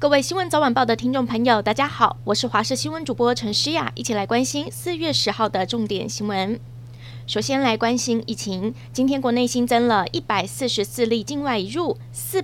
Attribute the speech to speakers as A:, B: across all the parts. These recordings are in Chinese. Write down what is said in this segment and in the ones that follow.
A: 各位新闻早晚报的听众朋友，大家好，我是华视新闻主播陈诗雅，一起来关心4月10号的重点新闻。首先来关心疫情，今天国内新增了144例境外移入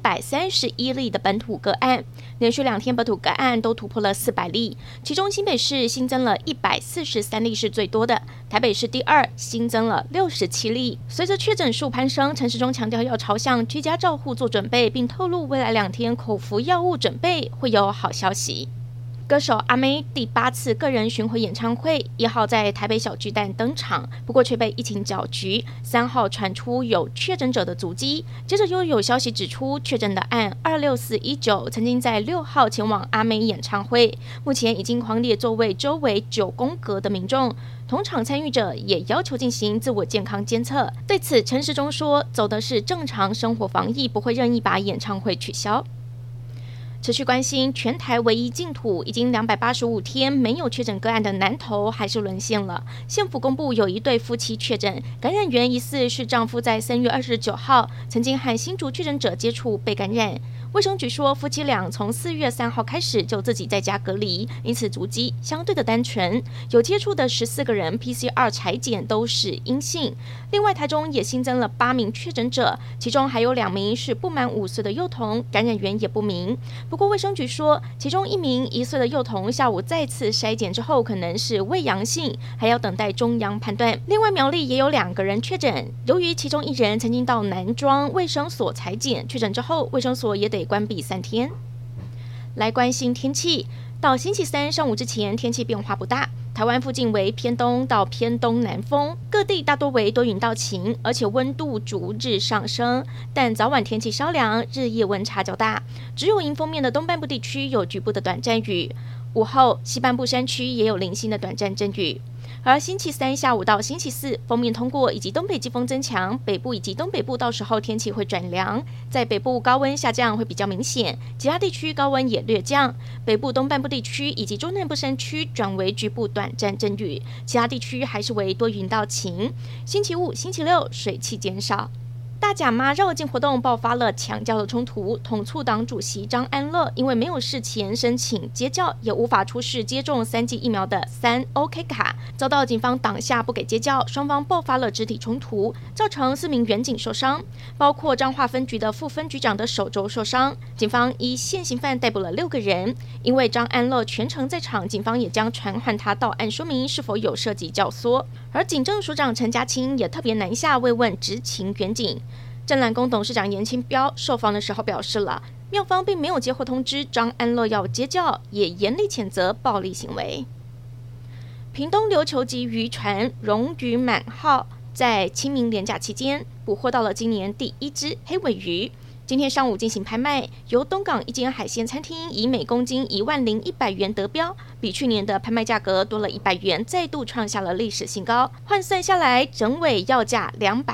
A: ，431例的本土个案，连续2天本土个案都突破了400例，其中新北市新增了143例是最多的，台北市第二，新增了67例。随着确诊数攀升，陈时中强调要朝向居家照护做准备，并透露未来2天口服药物准备会有好消息。歌手阿妹第8次个人巡回演唱会1号在台北小巨蛋登场，不过却被疫情搅局。3号传出有确诊者的足迹，接着又有消息指出，确诊的案26419曾经在6号前往阿妹演唱会，目前已经匡列座位周围9宫格的民众。同场参与者也要求进行自我健康监测。对此，陈时中说，走的是正常生活防疫，不会任意把演唱会取消。持续关心全台唯一净土已经285天没有确诊个案的南投还是沦陷了。县府公布有一对夫妻确诊，感染源疑似是丈夫在3月29号曾经和新竹确诊者接触被感染。卫生局说，夫妻俩从4月3号开始就自己在家隔离，因此足迹相对的单纯。有接触的14个人 PCR 采检都是阴性。另外，台中也新增了8名确诊者，其中还有2名是不满5岁的幼童，感染源也不明。不过卫生局说，其中1名1岁的幼童下午再次筛检之后可能是未阳性，还要等待中央判断。另外苗栗也有2个人确诊，由于其中1人曾经到南庄卫生所采检，确诊之后卫生所也得关闭3天。来关心天气，到星期三上午之前天气变化不大，台湾附近为偏东到偏东南风，各地大多为多云到晴，而且温度逐日上升，但早晚天气稍凉，日夜温差较大，只有迎风面的东半部地区有局部的短暂雨，午后西半部山区也有零星的短暂阵雨。而星期三下午到星期四，锋面通过以及东北季风增强，北部以及东北部到时候天气会转凉，在北部高温下降会比较明显，其他地区高温也略降，北部东半部地区以及中南部山区转为局部短暂阵雨，其他地区还是为多云到晴。星期五、星期六水汽减少。大甲妈绕境活动爆发了抢教的冲突，统促党主席张安乐因为没有事前申请接教，也无法出示接种3剂疫苗的3OK 卡，遭到警方挡下不给接教，双方爆发了肢体冲突，造成4名员警受伤，包括彰化分局的副分局长的手肘受伤。警方依现行犯逮捕了6个人，因为张安乐全程在场，警方也将传唤他到案说明是否有涉及教唆。而警政署长陈家清也特别南下慰问执勤员警。正蓝宫董事长严清标受访的时候表示了，庙方并没有接获通知张安乐要接教，也严厉谴责暴力行为。屏东琉球级渔船荣誉满号在清明连假期间捕获到了今年第1只黑尾鱼，今天上午进行拍卖，由东港一间海鲜餐厅以每公斤10100元得标，比去年的拍卖价格多了100元，再度创下了历史新高，换算下来整尾要价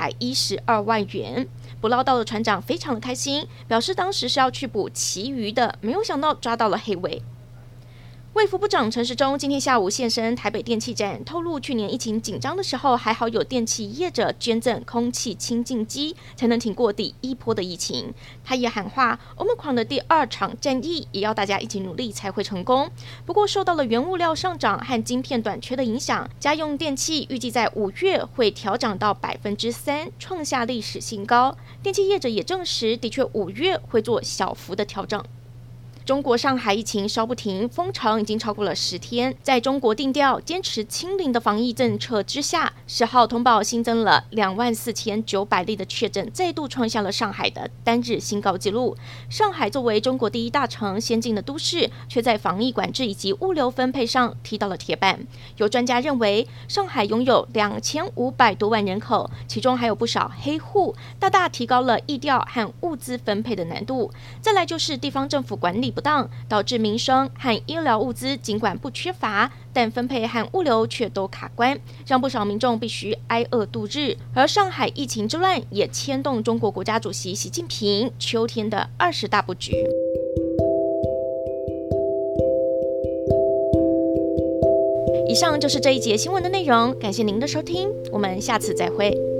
A: 212万元。捕捞到的船长非常的开心，表示当时是要去捕旗鱼的，没有想到抓到了黑尾。卫福部长陈时中今天下午现身台北电器展，透露去年疫情紧张的时候，还好有电器业者捐赠空气清净机，才能挺过第1波的疫情。他也喊话 Omicron 的第2场战役，也要大家一起努力才会成功。不过受到了原物料上涨和晶片短缺的影响，家用电器预计在5月会调涨到3%，创下历史新高。电器业者也证实，的确5月会做小幅的调整。中国上海疫情稍不停，封城已经超过了10天。在中国定调坚持清零的防疫政策之下，10号通报新增了24900例的确诊，再度创下了上海的单日新高纪录。上海作为中国第1大城、先进的都市，却在防疫管制以及物流分配上踢到了铁板。有专家认为，上海拥有2500多万人口，其中还有不少黑户，大大提高了疫调和物资分配的难度。再来就是地方政府管理不当，导致民生和医疗物资尽管不缺乏，但分配和物流却都卡关，让不少民众必须挨饿度日。而上海疫情之乱也牵动中国国家主席习近平秋天的20大布局。以上就是这一节新闻的内容，感谢您的收听，我们下次再会。